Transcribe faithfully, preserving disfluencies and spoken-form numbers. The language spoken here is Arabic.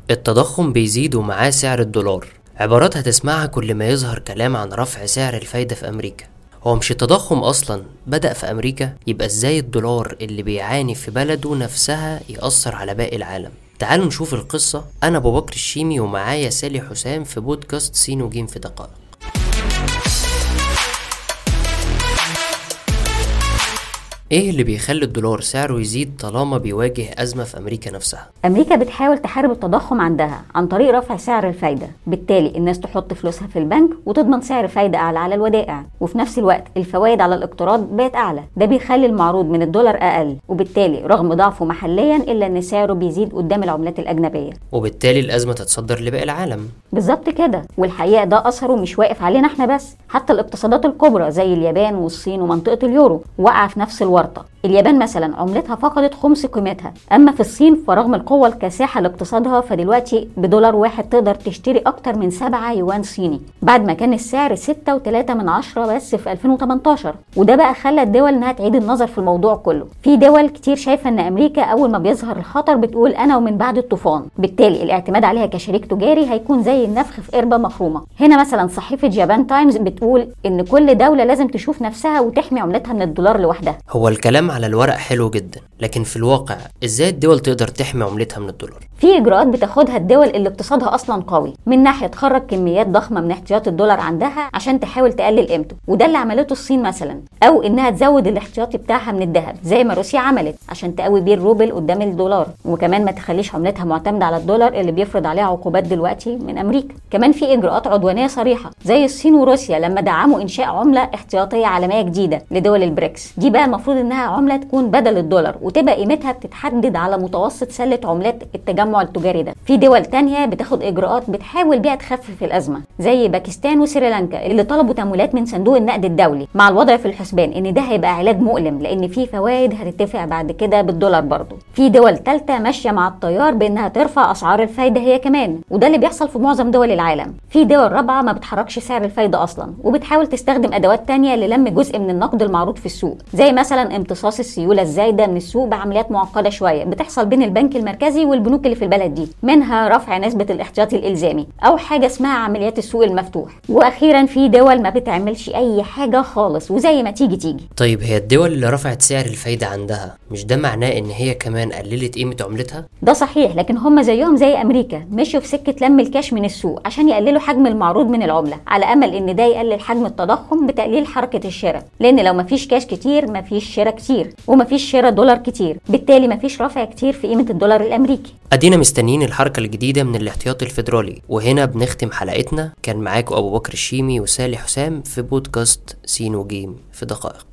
التضخم بيزيد ومعاه سعر الدولار، عبارات هتسمعها كل ما يظهر كلام عن رفع سعر الفايدة في أمريكا. هو مش التضخم أصلا بدأ في أمريكا؟ يبقى إزاي الدولار اللي بيعاني في بلده نفسها يأثر على باقي العالم؟ تعالوا نشوف القصة. أنا أبو بكر الشيمي ومعايا سالي حسام في بودكاست سين وجيم في دقائق. ايه اللي بيخلي الدولار سعره يزيد طالما بيواجه أزمة في أمريكا نفسها؟ أمريكا بتحاول تحارب التضخم عندها عن طريق رفع سعر الفايدة، بالتالي الناس تحط فلوسها في البنك وتضمن سعر فايدة أعلى على الودائع، وفي نفس الوقت الفوائد على الاقتراض بقت أعلى. ده بيخلي المعروض من الدولار أقل، وبالتالي رغم ضعفه محليا إلا إن سعره بيزيد قدام العملات الأجنبية، وبالتالي الأزمة تتصدر لباقي العالم. بالظبط كده. والحقيقة ده أثره مش واقف علينا احنا بس، حتى الاقتصادات الكبرى زي اليابان والصين ومنطقة اليورو واقعة في نفس الورطة. اليابان مثلا عملتها فقدت خمس قيمتها، اما في الصين فرغم القوة الكاسحة لاقتصادها فدلوقتي بدولار واحد تقدر تشتري اكتر من سبعة يوان صيني، بعد ما كان السعر ستة وتلاتة من عشرة بس في ألفين وتمنتاشر. وده بقى خلى الدول انها تعيد النظر في الموضوع كله. في دول كتير شايفة ان امريكا اول ما بيظهر الخطر بتقول انا ومن بعد الطوفان، بالتالي الاعتماد عليها كشريك تجاري هيكون زي النفخ في قربة مخرومة. هنا مثلا صحيفة جابان تايمز بتقول ان كل دولة لازم تشوف نفسها وتحمي عملتها من الدولار لوحدها. هو الكلام على الورق حلو جدا، لكن في الواقع ازاي الدول تقدر تحمي عملتها من الدولار؟ في اجراءات بتاخدها الدول اللي اقتصادها اصلا قوي، من ناحيه تخرج كميات ضخمه من احتياطي الدولار عندها عشان تحاول تقلل قيمته، وده اللي عملته الصين مثلا، او انها تزود الاحتياطي بتاعها من الذهب زي ما روسيا عملت عشان تقوي بيه الروبل قدام الدولار، وكمان ما تخليش عملتها معتمده على الدولار اللي بيفرض عليها عقوبات دلوقتي من امريكا. كمان في اجراءات عدوانيه صريحه زي الصين وروسيا لما دعموا انشاء عمله احتياطيه عالميه جديده لدول البريكس. دي بقى المفروض انها عمله تكون بدل الدولار وتبقى قيمتها بتتحدد على متوسط سله عملات التجمع التجاري ده. في دول تانية بتاخد اجراءات بتحاول بيها تخفف الازمه زي باكستان وسريلانكا اللي طلبوا تمويلات من صندوق النقد الدولي، مع الوضع في الحسبان ان ده هيبقى علاج مؤلم لان في فوائد هتدفع بعد كده بالدولار برضه. في دول ثالثه ماشيه مع التيار بانها ترفع اسعار الفايده هي كمان، وده اللي بيحصل في معظم دول العالم. في دول رابعه ما بتحركش سعر الفايده اصلا وبتحاول تستخدم ادوات تانية للم جزء من النقد المعروض في السوق، زي مثلا امتصاص السيوله الزايده من السوق بعمليات معقده شويه بتحصل بين البنك المركزي والبنوك اللي في البلد دي، منها رفع نسبه الاحتياطي الالزامي او حاجه اسمها عمليات السوق المفتوح. واخيرا في دول ما بتعملش اي حاجه خالص وزي ما تيجي تيجي. طيب هي الدول اللي رفعت سعر الفايده عندها مش ده معناه ان هي كمان قللت قيمه عملتها؟ ده صحيح، لكن هم زيهم زي امريكا مشوا في سكه لم الكاش من السوق عشان يقللوا حجم المعروض من العمله، على امل ان ده يقلل حجم التضخم بتقليل حركه الشراء، لان لو مفيش كاش كتير مفيش شراء كتير ومفيش شراء دولار كتير، بالتالي مفيش رفع كتير في قيمه الدولار الامريكي. ادينا مستنيين الحركه الجديده من الاحتياطي الفيدرالي. وهنا بنختم حلقتنا. كان معاكم ابو بكر الشيمي وسالي حسام في بودكاست سين وجيم في دقائق.